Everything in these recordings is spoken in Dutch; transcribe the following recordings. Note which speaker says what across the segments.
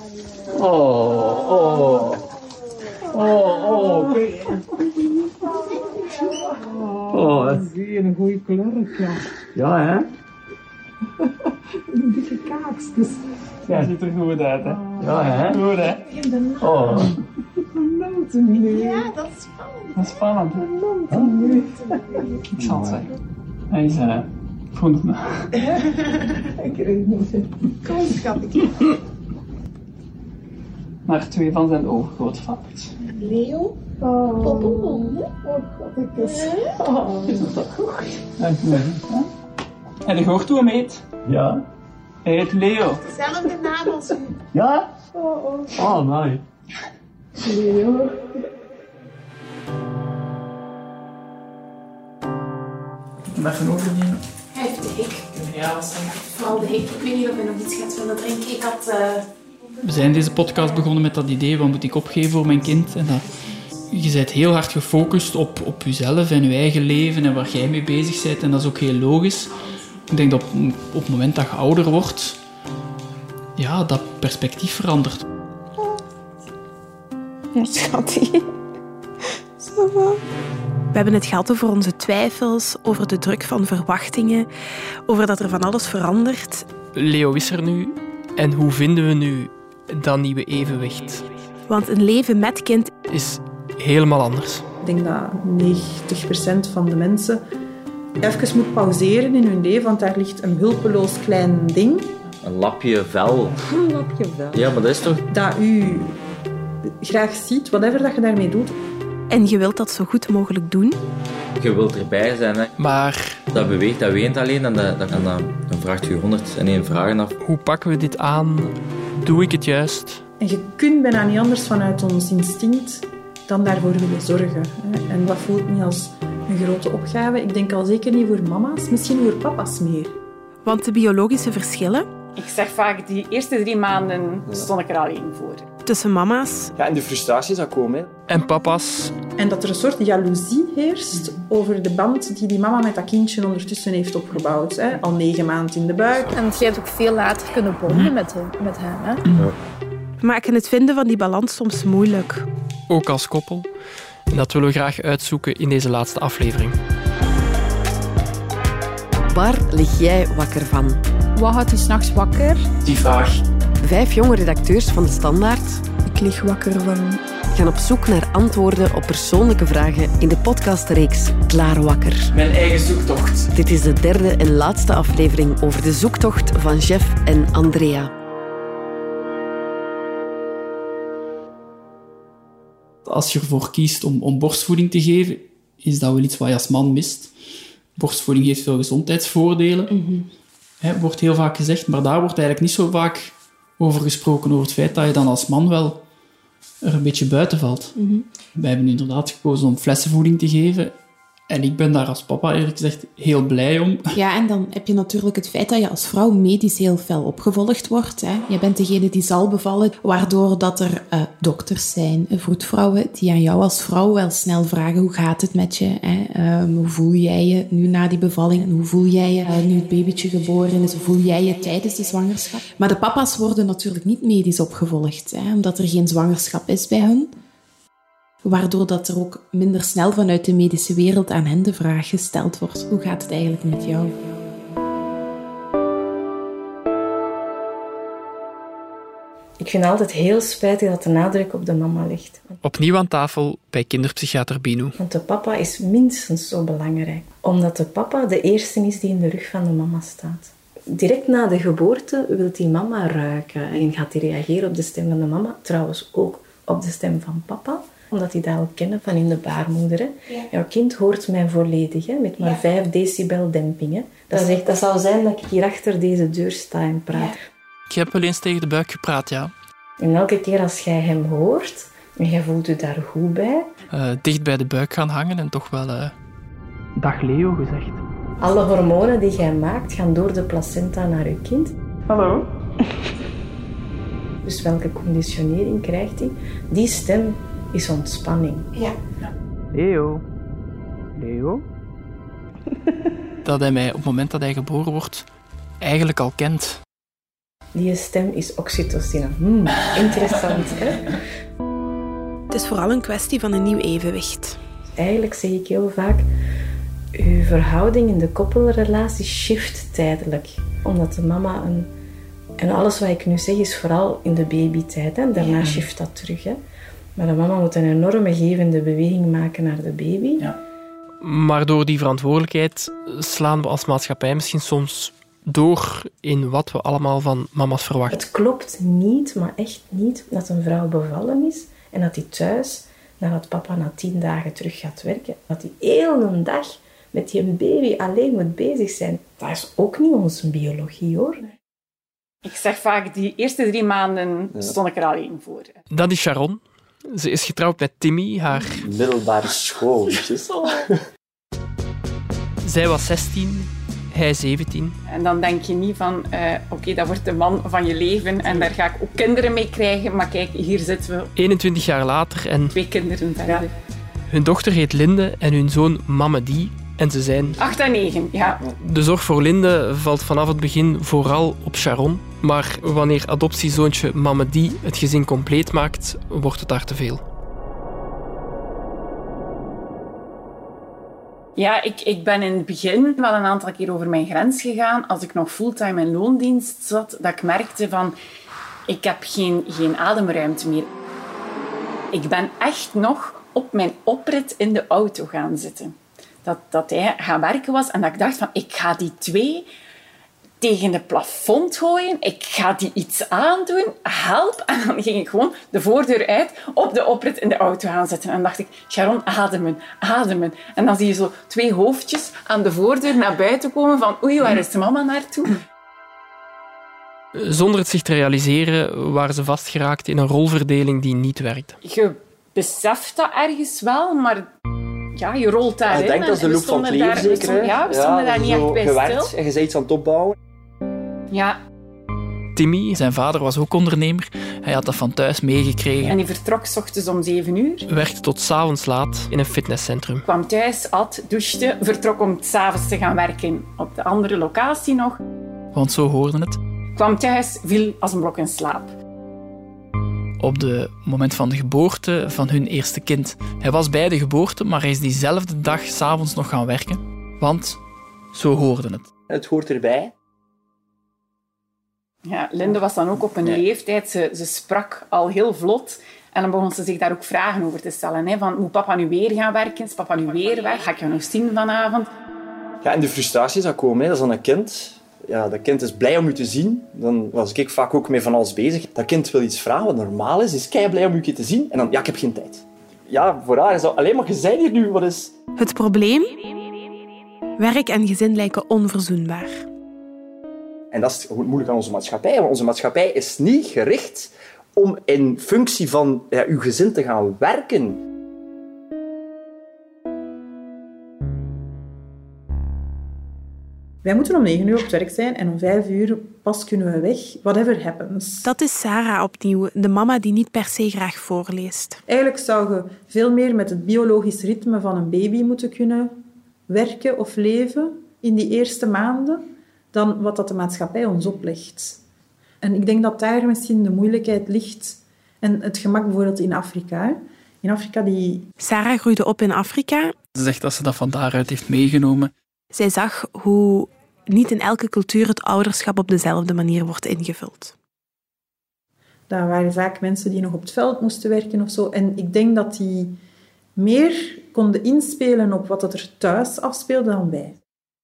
Speaker 1: Zie je een goede kleur?
Speaker 2: Ja, hè?
Speaker 1: Een dikke kaakjes.
Speaker 3: Ja, ziet er goed uit, hè?
Speaker 2: Ja, hè?
Speaker 3: Goed, hè?
Speaker 2: Oh.
Speaker 1: Ja,
Speaker 3: Dat is spannend. Ik zal het zeggen. Hij is, voelt het me.
Speaker 1: Ik weet het niet. Kom, schatje.
Speaker 3: Naar 2 van zijn ogen groot valt.
Speaker 1: Leo? Oh, schatjes.
Speaker 3: Is dat goed? Heb je gehoord hoe hem heet?
Speaker 2: Ja?
Speaker 3: Hij heet Leo.
Speaker 1: Dezelfde naam als u.
Speaker 2: Ja? Oh, mooi.
Speaker 1: Leo.
Speaker 3: Ik heb even overnemen.
Speaker 4: Hij heeft de hik.
Speaker 3: Ja, wat zeg ik?
Speaker 4: Vooral de hik. Ik weet niet of hij nog iets gaat willen drinken. Ik had...
Speaker 3: We zijn deze podcast begonnen met dat idee, wat moet ik opgeven voor mijn kind? En dat, je bent heel hard gefocust op jezelf en je eigen leven en waar jij mee bezig bent. En dat is ook heel logisch. Ik denk dat op het moment dat je ouder wordt, ja, dat perspectief verandert.
Speaker 5: Ja, schatje.
Speaker 6: We hebben het gehad over onze twijfels, over de druk van verwachtingen, over dat er van alles verandert.
Speaker 7: Leo is er nu. En hoe vinden we nu dat nieuwe evenwicht?
Speaker 6: Want een leven met kind
Speaker 7: Is helemaal anders.
Speaker 5: Ik denk dat 90% van de mensen even moet pauzeren in hun leven, want daar ligt een hulpeloos klein ding.
Speaker 2: Een lapje vel.
Speaker 5: Een lapje wel.
Speaker 2: Ja, maar dat is toch...
Speaker 5: Dat u graag ziet, whatever dat je daarmee doet.
Speaker 6: en je wilt dat zo goed mogelijk doen.
Speaker 2: Je wilt erbij zijn, hè.
Speaker 7: Maar
Speaker 2: Dat beweegt, dat weent alleen en dan vraagt je 101 vragen af.
Speaker 7: hoe pakken we dit aan? Doe ik het juist?
Speaker 5: En je kunt bijna niet anders vanuit ons instinct dan daarvoor willen zorgen. En dat voelt niet als een grote opgave. Ik denk al zeker niet voor mama's, misschien voor papa's meer.
Speaker 6: Want de biologische verschillen
Speaker 8: Ik zeg vaak, die eerste 3 maanden stond ik er alleen voor.
Speaker 6: tussen mama's
Speaker 9: Ja, en de frustraties dat komen. Hè.
Speaker 7: En papa's?
Speaker 5: En dat er een soort jaloezie heerst over de band die mama met dat kindje ondertussen heeft opgebouwd. Hè? Al 9 maanden in de buik.
Speaker 4: En jij hebt ook veel later kunnen bonden met hem. Hè?
Speaker 6: maken het vinden van die balans soms moeilijk.
Speaker 7: Ook als koppel. En dat willen we graag uitzoeken in deze laatste aflevering.
Speaker 10: Waar lig jij wakker van?
Speaker 4: Wat houdt je 's nachts wakker?
Speaker 3: Die vraag.
Speaker 10: 5 jonge redacteurs van De Standaard
Speaker 5: Ik lig wakker van...
Speaker 10: gaan op zoek naar antwoorden op persoonlijke vragen in de podcastreeks Klaar Wakker.
Speaker 3: Mijn eigen zoektocht.
Speaker 10: Dit is de 3e en laatste aflevering over de zoektocht van Jeff en Andrea.
Speaker 3: Als je ervoor kiest om borstvoeding te geven, is dat wel iets wat je als man mist. Borstvoeding heeft veel gezondheidsvoordelen. Wordt heel vaak gezegd, maar daar wordt eigenlijk niet zo vaak over gesproken, over het feit dat je dan als man wel er een beetje buiten valt. Wij hebben inderdaad gekozen om flessenvoeding te geven. En ik ben daar als papa eerlijk gezegd heel blij om.
Speaker 4: Ja, en dan heb je natuurlijk het feit dat je als vrouw medisch heel fel opgevolgd wordt. Hè. Je bent degene die zal bevallen, waardoor dat er dokters zijn, vroedvrouwen, die aan jou als vrouw wel snel vragen, hoe gaat het met je? Hè? Hoe voel jij je nu na die bevalling? En hoe voel jij je nu het babytje geboren is? Hoe voel jij je tijdens de zwangerschap? Maar de papa's worden natuurlijk niet medisch opgevolgd, hè, omdat er geen zwangerschap is bij hun. Waardoor dat er ook minder snel vanuit de medische wereld aan hen de vraag gesteld wordt. Hoe gaat het eigenlijk met jou?
Speaker 8: Ik vind het altijd heel spijtig dat de nadruk op de mama ligt.
Speaker 7: Opnieuw aan tafel bij kinderpsychiater Bino.
Speaker 8: Want de papa is minstens zo belangrijk. Omdat de papa de eerste is die in de rug van de mama staat. Direct na de geboorte wil die mama ruiken. En gaat hij reageren op de stem van de mama. Trouwens ook op de stem van papa. Omdat die dat ook kennen van in de baarmoeder. Hè. Ja. Jouw kind hoort mij volledig, hè, met maar 5 decibel demping. Hè. Dat zou zijn dat ik hier achter deze deur sta en praat.
Speaker 7: Ik heb wel eens tegen de buik gepraat, ja.
Speaker 8: En elke keer als jij hem hoort, en jij voelt je daar goed bij...
Speaker 7: Dicht bij de buik gaan hangen en toch wel... Dag Leo gezegd.
Speaker 8: Alle hormonen die jij maakt, gaan door de placenta naar je kind.
Speaker 3: Hallo?
Speaker 8: Dus welke conditionering krijgt hij? Die stem is ontspanning.
Speaker 4: Ja.
Speaker 7: Leo. Leo? Dat hij mij op het moment dat hij geboren wordt eigenlijk al kent.
Speaker 8: Die stem is oxytocine. Interessant, hè?
Speaker 6: Het is vooral een kwestie van een nieuw evenwicht.
Speaker 8: Eigenlijk zeg ik heel vaak, uw verhouding in de koppelrelatie shift tijdelijk. Omdat de mama En alles wat ik nu zeg is vooral in de babytijd. Hè. Daarna shift dat terug. Hè. Maar de mama moet een enorme gevende beweging maken naar de baby.
Speaker 7: Ja. Maar door die verantwoordelijkheid slaan we als maatschappij misschien soms door in wat we allemaal van mama's verwachten.
Speaker 8: Het klopt niet, maar echt niet, dat een vrouw bevallen is en dat die thuis, nadat papa na 10 dagen terug gaat werken, dat die heel een dag met die baby alleen moet bezig zijn. Dat is ook niet onze biologie, hoor.
Speaker 11: Ik zeg vaak, die eerste 3 maanden stond ik er alleen voor.
Speaker 7: Dat is Sharon. Ze is getrouwd met Timmy, haar...
Speaker 9: middelbare school.
Speaker 7: Zij was 16, hij 17.
Speaker 11: En dan denk je niet van, oké, dat wordt de man van je leven en daar ga ik ook kinderen mee krijgen. Maar kijk, hier zitten we.
Speaker 7: 21 jaar later en...
Speaker 11: 2 kinderen verder. Ja.
Speaker 7: Hun dochter heet Linde en hun zoon Mamedi. En ze zijn...
Speaker 11: 8 en 9, ja.
Speaker 7: De zorg voor Linde valt vanaf het begin vooral op Sharon. Maar wanneer adoptiezoontje Mamedi het gezin compleet maakt, wordt het daar te veel.
Speaker 11: Ja, ik ben in het begin wel een aantal keer over mijn grens gegaan. Als ik nog fulltime in loondienst zat, dat ik merkte van... Ik heb geen ademruimte meer. Ik ben echt nog op mijn oprit in de auto gaan zitten. Dat hij gaan werken was en dat ik dacht van... Ik ga die 2 tegen het plafond gooien. Ik ga die iets aandoen. Help. En dan ging ik gewoon de voordeur uit op de oprit in de auto gaan zitten. En dan dacht ik, Sharon, ademen, ademen. En dan zie je zo 2 hoofdjes aan de voordeur naar buiten komen van oei, waar is de mama naartoe?
Speaker 7: Zonder het zich te realiseren waren ze vastgeraakt in een rolverdeling die niet werkte.
Speaker 11: Je beseft dat ergens wel, maar... Ja, je rolt daarin.
Speaker 9: Ik denk dat is de loop van het leven, zeker.
Speaker 11: We stonden daar niet echt bij
Speaker 9: gewerkt
Speaker 11: stil.
Speaker 9: En je bent iets aan het opbouwen.
Speaker 11: Ja.
Speaker 3: Timmy, zijn vader, was ook ondernemer. Hij had dat van thuis meegekregen.
Speaker 11: En die vertrok 's ochtends om 7 uur.
Speaker 7: Werkte tot 's avonds laat in een fitnesscentrum.
Speaker 11: Kwam thuis, at, douchte, vertrok om 's avonds te gaan werken op de andere locatie nog.
Speaker 3: Want zo hoorde het.
Speaker 11: Kwam thuis, viel als een blok in slaap.
Speaker 3: Op het moment van de geboorte van hun eerste kind. Hij was bij de geboorte, maar hij is diezelfde dag 's avonds nog gaan werken. Want zo hoorde het.
Speaker 9: Het hoort erbij.
Speaker 11: Ja, Linde was dan ook op een leeftijd. Ze sprak al heel vlot. En dan begon ze zich daar ook vragen over te stellen. Hè, van, moet papa nu weer gaan werken? Is papa nu weer weg? Ga ik jou nog zien vanavond?
Speaker 9: Ja, en de frustraties dat komen, hè, dat is dan een kind. Ja, dat kind is blij om u te zien. Dan was ik vaak ook mee van alles bezig. Dat kind wil iets vragen wat normaal is kei blij om u te zien. En dan, ja, ik heb geen tijd. Ja, voor haar is dat alleen maar, je bent hier nu, wat is...
Speaker 6: Het probleem? Werk en gezin lijken onverzoenbaar.
Speaker 9: En dat is moeilijk aan onze maatschappij. Want onze maatschappij is niet gericht om in functie van uw gezin te gaan werken.
Speaker 5: Wij moeten om 9 uur op het werk zijn en om 5 uur pas kunnen we weg. Whatever happens.
Speaker 6: Dat is Sarah opnieuw, de mama die niet per se graag voorleest.
Speaker 5: Eigenlijk zou je veel meer met het biologisch ritme van een baby moeten kunnen werken of leven in die eerste maanden dan wat dat de maatschappij ons oplegt. En ik denk dat daar misschien de moeilijkheid ligt. En het gemak bijvoorbeeld in Afrika. In Afrika die...
Speaker 6: Sarah groeide op in Afrika.
Speaker 3: Ze zegt dat ze dat van daaruit heeft meegenomen.
Speaker 6: Zij zag hoe niet in elke cultuur het ouderschap op dezelfde manier wordt ingevuld.
Speaker 5: Daar waren vaak mensen die nog op het veld moesten werken of zo. En ik denk dat die meer konden inspelen op wat er thuis afspeelde dan wij.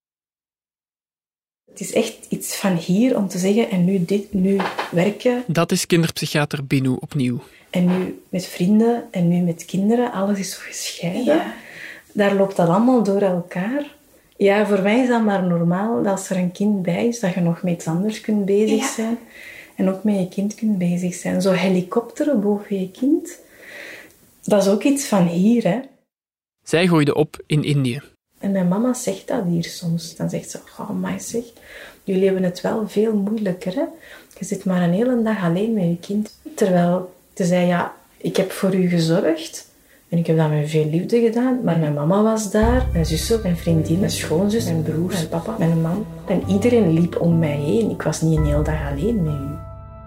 Speaker 8: Het is echt iets van hier om te zeggen, en nu dit, nu werken.
Speaker 7: Dat is kinderpsychiater Binu opnieuw.
Speaker 8: En nu met vrienden, en nu met kinderen. Alles is zo gescheiden.
Speaker 11: Ja.
Speaker 8: Daar loopt dat allemaal door elkaar. Ja, voor mij is dat maar normaal dat als er een kind bij is, dat je nog met iets anders kunt bezig zijn. En ook met je kind kunt bezig zijn. Zo helikopteren boven je kind, dat is ook iets van hier, hè.
Speaker 7: Zij groeide op in Indië.
Speaker 8: En mijn mama zegt dat hier soms. Dan zegt ze, oh maar zeg, jullie hebben het wel veel moeilijker, hè. Je zit maar een hele dag alleen met je kind. Terwijl ze zei, ja, ik heb voor u gezorgd. En ik heb dat met veel liefde gedaan, maar mijn mama was daar, mijn zussen, mijn vriendin, mijn schoonzus, mijn broers, mijn papa, mijn man. En iedereen liep om mij heen. Ik was niet een hele dag alleen met u.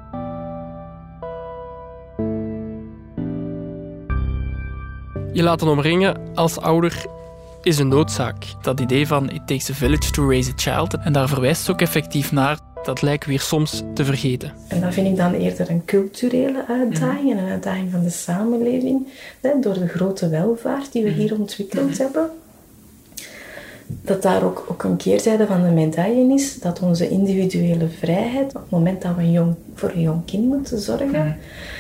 Speaker 7: Je laten omringen als ouder is een noodzaak. Dat idee van it takes a village to raise a child.
Speaker 3: En daar verwijst het ook effectief naar. Dat lijkt weer soms te vergeten.
Speaker 8: En dat vind ik dan eerder een culturele uitdaging, een uitdaging van de samenleving. Door de grote welvaart die we hier ontwikkeld hebben. Dat daar ook een keerzijde van de medaille is, dat onze individuele vrijheid, op het moment dat we voor een jong kind moeten zorgen,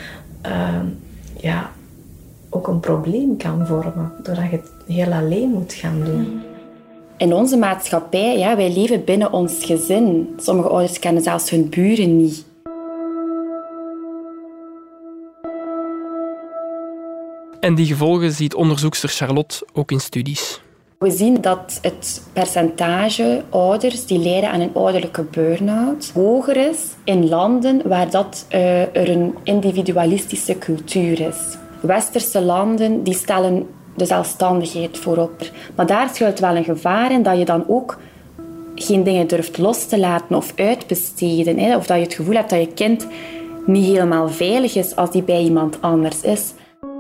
Speaker 8: ook een probleem kan vormen, doordat je het heel alleen moet gaan doen.
Speaker 11: In onze maatschappij, wij leven binnen ons gezin. Sommige ouders kennen zelfs hun buren niet.
Speaker 7: En die gevolgen ziet onderzoekster Charlotte ook in studies.
Speaker 11: We zien dat het percentage ouders die lijden aan een ouderlijke burn-out hoger is in landen waar er een individualistische cultuur is. Westerse landen die stellen de zelfstandigheid voorop. Maar daar schuilt wel een gevaar in dat je dan ook geen dingen durft los te laten of uitbesteden. Of dat je het gevoel hebt dat je kind niet helemaal veilig is als die bij iemand anders is.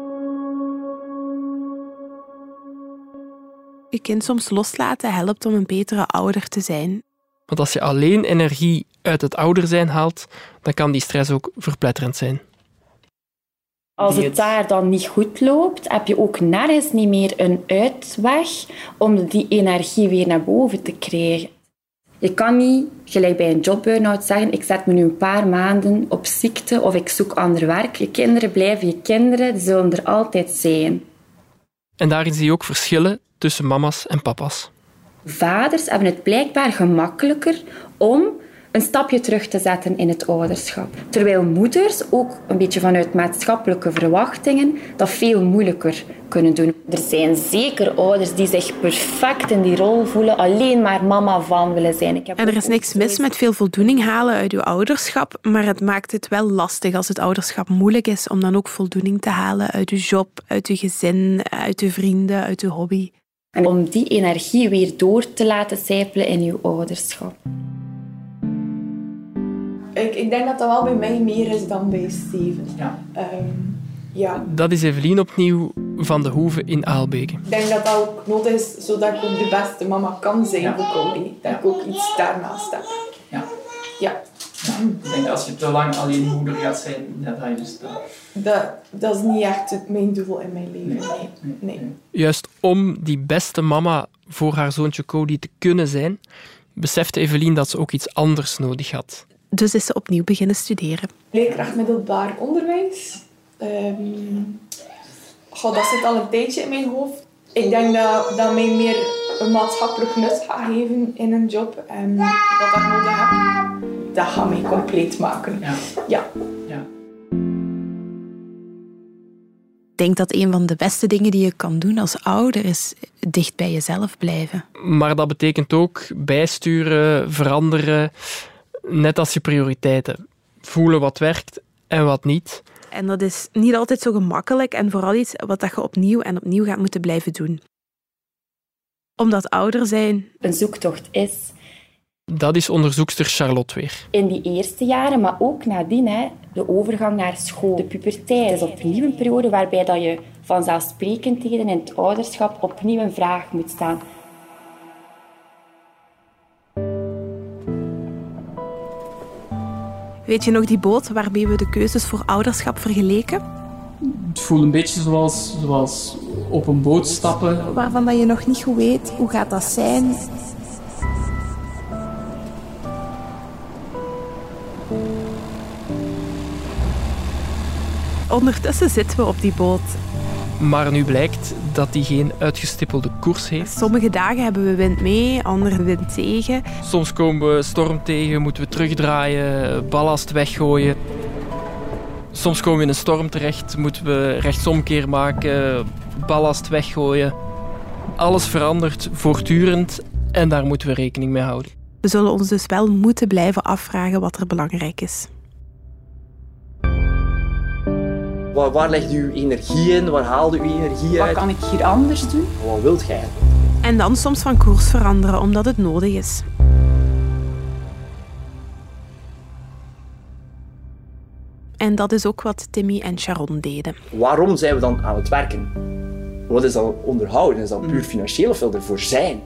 Speaker 6: Je kind soms loslaten helpt om een betere ouder te zijn.
Speaker 7: Want als je alleen energie uit het ouder zijn haalt, dan kan die stress ook verpletterend zijn.
Speaker 11: Als het daar dan niet goed loopt, heb je ook nergens niet meer een uitweg om die energie weer naar boven te krijgen. Je kan niet, gelijk bij een jobburn-out, zeggen ik zet me nu een paar maanden op ziekte of ik zoek ander werk. Je kinderen blijven je kinderen, die zullen er altijd zijn.
Speaker 7: En daarin zie je ook verschillen tussen mama's en papa's.
Speaker 11: Vaders hebben het blijkbaar gemakkelijker om een stapje terug te zetten in het ouderschap. Terwijl moeders, ook een beetje vanuit maatschappelijke verwachtingen, dat veel moeilijker kunnen doen. Er zijn zeker ouders die zich perfect in die rol voelen, alleen maar mama van willen zijn.
Speaker 6: En er is niks mis met veel voldoening halen uit je ouderschap, maar het maakt het wel lastig als het ouderschap moeilijk is om dan ook voldoening te halen uit je job, uit je gezin, uit je vrienden, uit je hobby.
Speaker 11: En om die energie weer door te laten sijpelen in je ouderschap.
Speaker 1: Ik denk dat dat wel bij mij meer is dan bij Steven. Ja.
Speaker 7: Dat is Evelien opnieuw van de Hoeve in Aalbeke.
Speaker 1: Ik denk dat dat ook nodig is, zodat ik ook de beste mama kan zijn voor Cody. Dat ik ook iets daarnaast heb. Ja.
Speaker 3: Ik denk dat als je te lang alleen moeder gaat zijn, dat je dus...
Speaker 1: Dat is niet echt mijn doel in mijn leven. Nee.
Speaker 7: Juist om die beste mama voor haar zoontje Cody te kunnen zijn, besefte Evelien dat ze ook iets anders nodig had.
Speaker 6: Dus is ze opnieuw beginnen studeren.
Speaker 1: Leerkracht middelbaar onderwijs. Dat zit al een tijdje in mijn hoofd. Ik denk dat mij meer een maatschappelijk nut gaat geven in een job. En dat ik nodig heb. Dat gaat mij compleet maken. Ja.
Speaker 6: Ik denk dat een van de beste dingen die je kan doen als ouder is dicht bij jezelf blijven.
Speaker 7: Maar dat betekent ook bijsturen, veranderen, net als je prioriteiten. Voelen wat werkt en wat niet.
Speaker 6: En dat is niet altijd zo gemakkelijk en vooral iets wat je opnieuw en opnieuw gaat moeten blijven doen. Omdat ouder zijn
Speaker 11: een zoektocht is.
Speaker 7: Dat is onderzoekster Charlotte weer.
Speaker 11: In die eerste jaren, maar ook nadien, de overgang naar school, de puberteit. is opnieuw een periode waarbij dat je vanzelfsprekendheden in het ouderschap opnieuw een vraag moet staan.
Speaker 6: Weet je nog die boot waarmee we de keuzes voor ouderschap vergeleken?
Speaker 3: Het voelt een beetje zoals op een boot stappen.
Speaker 6: Waarvan dat je nog niet goed weet, hoe gaat dat zijn? Ondertussen zitten we op die boot.
Speaker 7: Maar nu blijkt dat die geen uitgestippelde koers heeft.
Speaker 6: Sommige dagen hebben we wind mee, andere wind tegen.
Speaker 7: Soms komen we storm tegen, moeten we terugdraaien, ballast weggooien. Soms komen we in een storm terecht, moeten we rechtsomkeer maken, ballast weggooien. Alles verandert voortdurend en daar moeten we rekening mee houden.
Speaker 6: We zullen ons dus wel moeten blijven afvragen wat er belangrijk is.
Speaker 9: Waar legt u energie in? Waar haalde u energie uit?
Speaker 11: Wat kan ik hier anders doen?
Speaker 9: Wat wilt jij?
Speaker 6: En dan soms van koers veranderen, omdat het nodig is. En dat is ook wat Timmy en Sharon deden.
Speaker 9: Waarom zijn we dan aan het werken? Wat is dan onderhouden? Is dat puur financieel of wil ervoor zijn?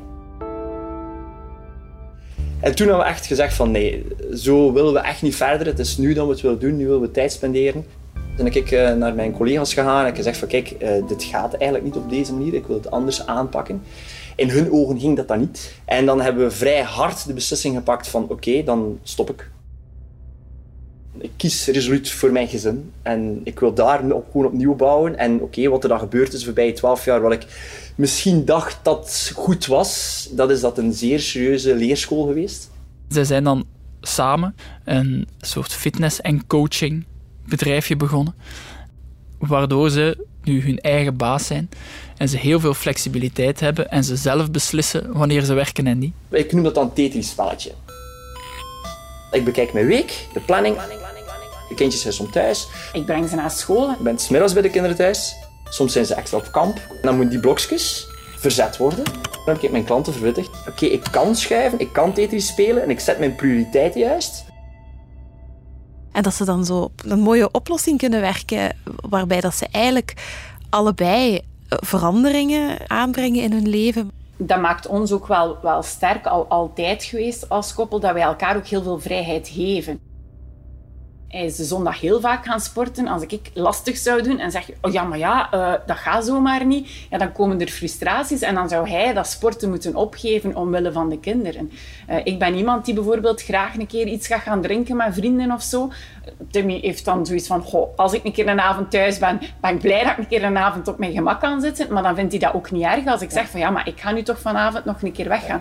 Speaker 9: En toen hebben we echt gezegd van nee, zo willen we echt niet verder. Het is nu dat we het willen doen, nu willen we tijd spenderen. Toen ben ik naar mijn collega's gegaan en ik gezegd van kijk, dit gaat eigenlijk niet op deze manier. Ik wil het anders aanpakken. In hun ogen ging dat dan niet. En dan hebben we vrij hard de beslissing gepakt van oké, dan stop ik. Ik kies resoluut voor mijn gezin en ik wil daar gewoon opnieuw bouwen. En oké, wat er dan gebeurd is voorbij 12 jaar, wat ik misschien dacht dat goed was, dat is dat een zeer serieuze leerschool geweest.
Speaker 3: Zij zijn dan samen een soort fitness- en coachingbedrijfje begonnen, waardoor ze nu hun eigen baas zijn en ze heel veel flexibiliteit hebben en ze zelf beslissen wanneer ze werken en niet.
Speaker 9: Ik noem dat dan Tetris-spelletje. Ik bekijk mijn week, de planning. De kindjes zijn soms thuis.
Speaker 11: Ik breng ze naar school.
Speaker 9: Ik ben 's middags bij de kinderen thuis. Soms zijn ze extra op kamp. Dan moeten die blokjes verzet worden. Dan heb ik mijn klanten verwittigd. Oké, ik kan schuiven, ik kan Tetris spelen en ik zet mijn prioriteiten juist.
Speaker 6: En dat ze dan zo op een mooie oplossing kunnen werken, waarbij dat ze eigenlijk allebei veranderingen aanbrengen in hun leven.
Speaker 11: Dat maakt ons ook wel sterk, altijd geweest als koppel, dat wij elkaar ook heel veel vrijheid geven. Hij is de zondag heel vaak gaan sporten. Als ik lastig zou doen en zeg, oh ja, maar ja, dat gaat zomaar niet, ja, dan komen er frustraties en dan zou hij dat sporten moeten opgeven omwille van de kinderen. Ik ben iemand die bijvoorbeeld graag een keer iets gaat gaan drinken met vrienden of zo. Timmy heeft dan zoiets van, als ik een keer een avond thuis ben, ben ik blij dat ik een keer een avond op mijn gemak kan zitten, maar dan vindt hij dat ook niet erg als ik zeg van, ja, maar ik ga nu toch vanavond nog een keer weggaan.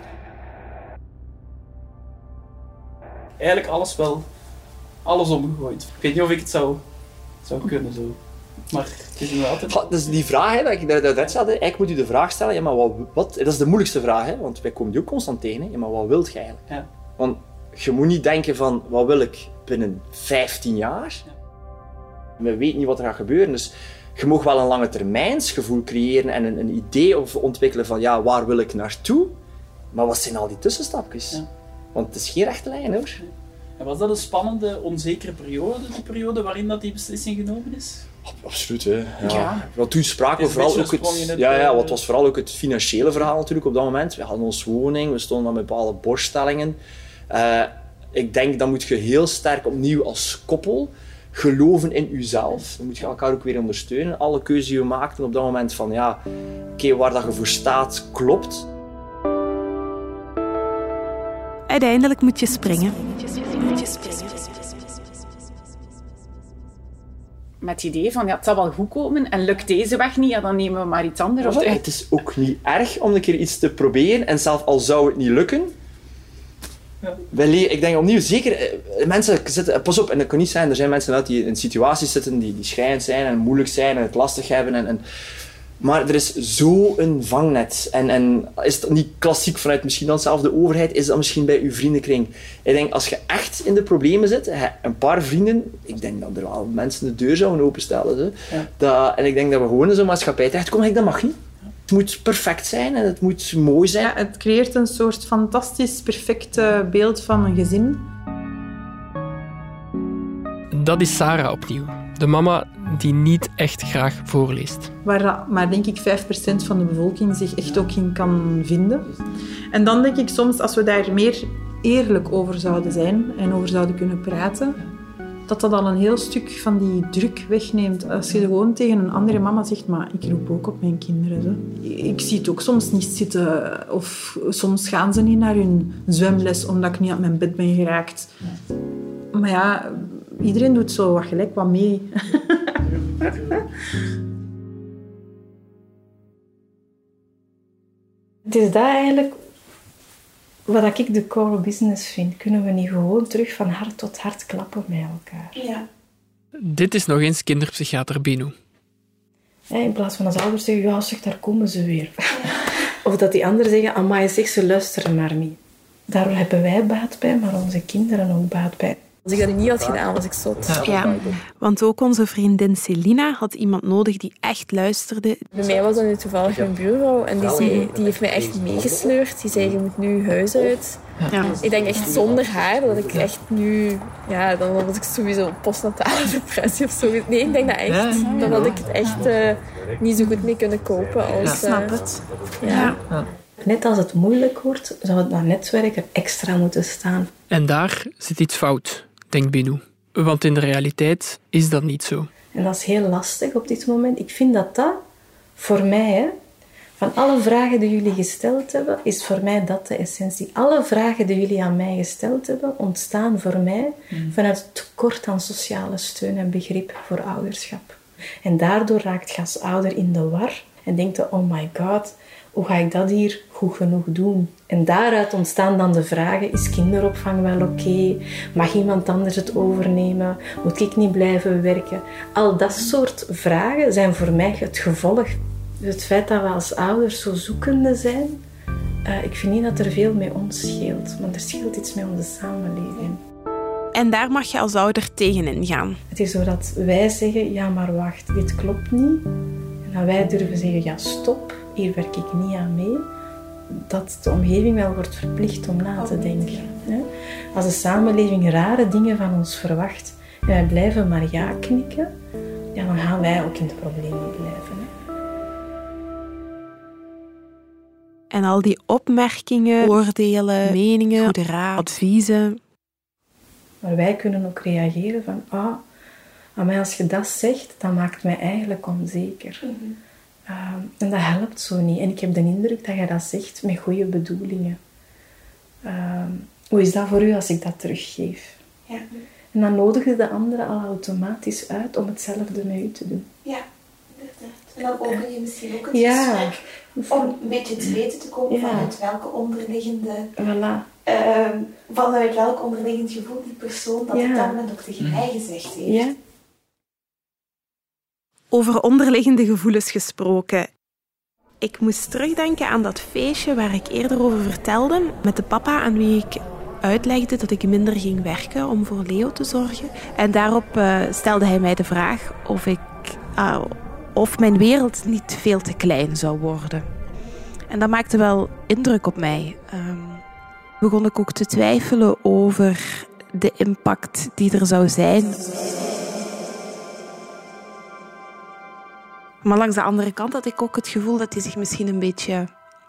Speaker 3: Eigenlijk alles omgegooid. Ik weet niet of ik het zou kunnen zo. Maar het is inderdaad...
Speaker 9: Dus die vraag, hè, dat ik net zei, eigenlijk moet je de vraag stellen, ja, maar wat, dat is de moeilijkste vraag, hè, want wij komen die ook constant tegen. Hè, ja, maar wat wilt je eigenlijk?
Speaker 3: Ja.
Speaker 9: Want je moet niet denken van, wat wil ik binnen 15 jaar? Ja. We weten niet wat er gaat gebeuren, dus je mag wel een lange termijnsgevoel creëren en een idee of ontwikkelen van, ja, waar wil ik naartoe? Maar wat zijn al die tussenstapjes? Ja. Want het is geen rechte lijn, hoor.
Speaker 3: En was dat een spannende, onzekere periode, die periode waarin dat die beslissing genomen is?
Speaker 9: Absoluut, hè. Ja. Want toen spraken we vooral ook het was vooral ook het financiële verhaal natuurlijk op dat moment. We hadden onze woning, we stonden met bepaalde borststellingen. Ik denk, dan moet je heel sterk opnieuw als koppel geloven in jezelf. Dan moet je elkaar ook weer ondersteunen. Alle keuzes die we maakten op dat moment van, ja, oké, waar dat je voor staat, klopt.
Speaker 6: Uiteindelijk moet je springen.
Speaker 11: Met het idee van, ja, het zal wel goed komen en lukt deze weg niet, ja, dan nemen we maar iets anders.
Speaker 9: Het is ook niet erg om een keer iets te proberen en zelf al zou het niet lukken. Ja. Ik denk opnieuw, zeker, mensen zitten, pas op, en dat kan niet zijn, er zijn mensen die in situaties zitten die schrijnend zijn en moeilijk zijn en het lastig hebben. Maar er is zo'n vangnet. En is het niet klassiek vanuit misschien dan zelf de overheid, is dat misschien bij uw vriendenkring. Ik denk, als je echt in de problemen zit, een paar vrienden, ik denk dat er wel mensen de deur zouden openstellen. Ja. En ik denk dat we gewoon in zo'n maatschappij terechtkomen, dat mag niet. Het moet perfect zijn en het moet mooi zijn.
Speaker 5: Ja, het creëert een soort fantastisch, perfect beeld van een gezin.
Speaker 7: Dat is Sarah opnieuw. De mama die niet echt graag voorleest.
Speaker 5: Waar maar denk ik 5% van de bevolking zich echt ook in kan vinden. En dan denk ik soms, als we daar meer eerlijk over zouden zijn en over zouden kunnen praten, dat al een heel stuk van die druk wegneemt. Als je gewoon tegen een andere mama zegt, maar ik roep ook op mijn kinderen. Zo. Ik zie het ook soms niet zitten. Of soms gaan ze niet naar hun zwemles omdat ik niet uit mijn bed ben geraakt. Maar ja, iedereen doet zo wat gelijk wat mee.
Speaker 8: Het is dat eigenlijk wat ik de core business vind. Kunnen we niet gewoon terug van hart tot hart klappen met elkaar?
Speaker 5: Ja.
Speaker 7: Dit is nog eens kinderpsychiater Bino.
Speaker 8: Ja, in plaats van als ouders zeggen, ja, zeg, daar komen ze weer. Of dat die anderen zeggen, amai, zeg, ze luisteren maar niet. Daar hebben wij baat bij, maar onze kinderen ook baat bij.
Speaker 12: Als ik dat niet had gedaan, was ik zot.
Speaker 6: Ja, want ook onze vriendin Celina had iemand nodig die echt luisterde.
Speaker 12: Bij mij was dat nu toevallig mijn buurvrouw en die heeft mij echt meegesleurd. Die zei, je moet nu je huis uit. Ja. Ik denk echt zonder haar dat ik echt nu... Ja, dan was ik sowieso postnatale depressie of zo. Nee, ik denk dat echt. Dan had ik het echt niet zo goed mee kunnen kopen. Als,
Speaker 6: ik snap het.
Speaker 8: Ja. Net als het moeilijk wordt, zou het netwerk er extra moeten staan.
Speaker 7: En daar zit iets fout, denkt Binou. Want in de realiteit is dat niet zo.
Speaker 8: En dat is heel lastig op dit moment. Ik vind dat voor mij, van alle vragen die jullie gesteld hebben, is voor mij dat de essentie. Alle vragen die jullie aan mij gesteld hebben, ontstaan voor mij vanuit het tekort aan sociale steun en begrip voor ouderschap. En daardoor raakt je als ouder in de war en denkt je, oh my god, hoe ga ik dat hier goed genoeg doen? En daaruit ontstaan dan de vragen, is kinderopvang wel oké? Mag iemand anders het overnemen? Moet ik niet blijven werken? Al dat soort vragen zijn voor mij het gevolg. Het feit dat we als ouders zo zoekende zijn, ik vind niet dat er veel met ons scheelt. Maar er scheelt iets met onze samenleving.
Speaker 6: En daar mag je als ouder tegenin gaan.
Speaker 8: Het is zo dat wij zeggen, ja maar wacht, dit klopt niet. En dat wij durven zeggen, ja stop, hier werk ik niet aan mee. Dat de omgeving wel wordt verplicht om na te denken. Als de samenleving rare dingen van ons verwacht en wij blijven maar ja knikken, ja, dan gaan wij ook in de problemen blijven.
Speaker 6: En al die opmerkingen, oordelen, meningen, goede raad, adviezen.
Speaker 8: Maar wij kunnen ook reageren van, maar als je dat zegt, dat maakt mij eigenlijk onzeker. En dat helpt zo niet. En ik heb de indruk dat je dat zegt met goede bedoelingen. Hoe is dat voor u als ik dat teruggeef?
Speaker 13: Ja.
Speaker 8: En dan nodig je de andere al automatisch uit om hetzelfde met u te doen.
Speaker 13: Ja, inderdaad. En dan open je misschien ook het gesprek om een beetje te weten te komen vanuit welke onderliggende... vanuit welk onderliggend gevoel die persoon dat op dat moment ook tegen mij gezegd heeft.
Speaker 8: Ja.
Speaker 6: Over onderliggende gevoelens gesproken. Ik moest terugdenken aan dat feestje waar ik eerder over vertelde, met de papa aan wie ik uitlegde dat ik minder ging werken om voor Leo te zorgen. En daarop stelde hij mij de vraag of mijn wereld niet veel te klein zou worden. En dat maakte wel indruk op mij. Begon ik ook te twijfelen over de impact die er zou zijn. Maar langs de andere kant had ik ook het gevoel dat hij zich misschien een beetje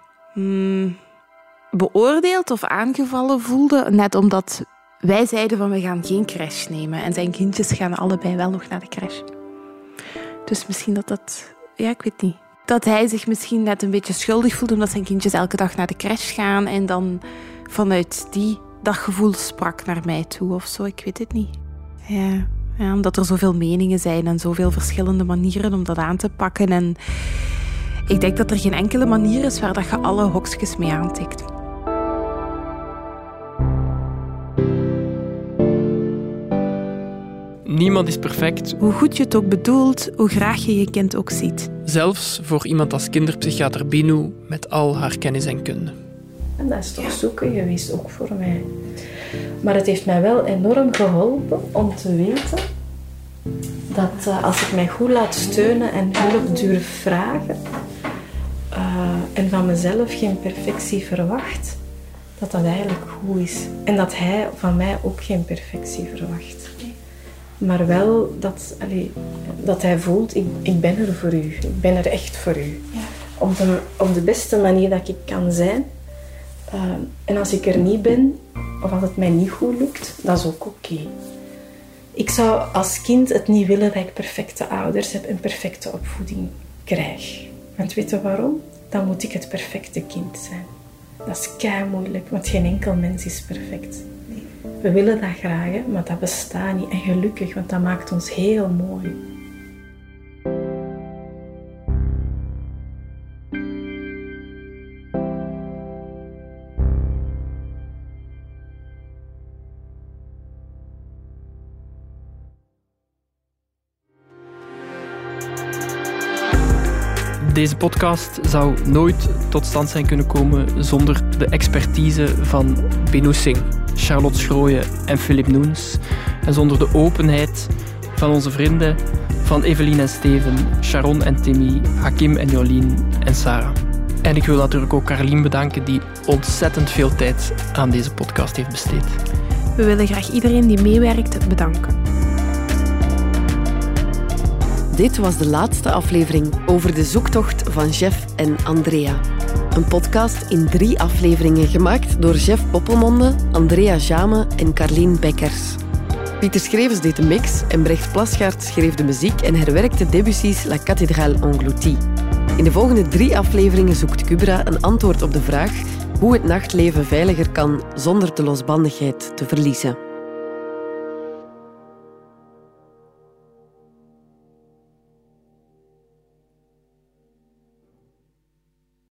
Speaker 6: beoordeeld of aangevallen voelde. Net omdat wij zeiden van we gaan geen crash nemen. En zijn kindjes gaan allebei wel nog naar de crash. Dus misschien dat... Ja, ik weet niet. Dat hij zich misschien net een beetje schuldig voelde omdat zijn kindjes elke dag naar de crash gaan. En dan vanuit dat gevoel sprak naar mij toe of zo. Ik weet het niet. Ja, omdat er zoveel meningen zijn en zoveel verschillende manieren om dat aan te pakken. En ik denk dat er geen enkele manier is waar dat je alle hokjes mee aantikt.
Speaker 7: Niemand is perfect.
Speaker 6: Hoe goed je het ook bedoelt, hoe graag je je kind ook ziet.
Speaker 7: Zelfs voor iemand als kinderpsychiater Binou met al haar kennis en kunde.
Speaker 8: En dat is toch zoeken geweest, ook voor mij. Maar het heeft mij wel enorm geholpen om te weten dat als ik mij goed laat steunen en hulp durf vragen en van mezelf geen perfectie verwacht, dat dat eigenlijk goed is. En dat hij van mij ook geen perfectie verwacht. Maar wel dat hij voelt, ik ben er voor u. Ik ben er echt voor u. Ja. Op de beste manier dat ik kan zijn. En als ik er niet ben, of als het mij niet goed lukt, dat is ook oké. Ik zou als kind het niet willen dat ik perfecte ouders heb en perfecte opvoeding krijg. Want weet je waarom? Dan moet ik het perfecte kind zijn. Dat is keimoeilijk, want geen enkel mens is perfect. We willen dat graag, maar dat bestaat niet. En gelukkig, want dat maakt ons heel mooi.
Speaker 7: Deze podcast zou nooit tot stand zijn kunnen komen zonder de expertise van Binou Singh. Charlotte Schrooyen en Philip Noens. En zonder de openheid van onze vrienden, van Evelien en Steven, Sharon en Timmy, Hakim en Jolien en Sarah. En ik wil natuurlijk ook Carlien bedanken, die ontzettend veel tijd aan deze podcast heeft besteed.
Speaker 6: We willen graag iedereen die meewerkt bedanken.
Speaker 10: Dit was de laatste aflevering over de zoektocht van Jeff en Andrea. Een podcast in 3 afleveringen gemaakt door Jeff Poppelmonde, Andrea Jame en Carlien Bekkers. Pieter Schrevens deed de mix en Brecht Plasgaard schreef de muziek en herwerkte Debussy's La Cathédrale Engloutie. In de volgende 3 afleveringen zoekt Kubra een antwoord op de vraag hoe het nachtleven veiliger kan zonder de losbandigheid te verliezen.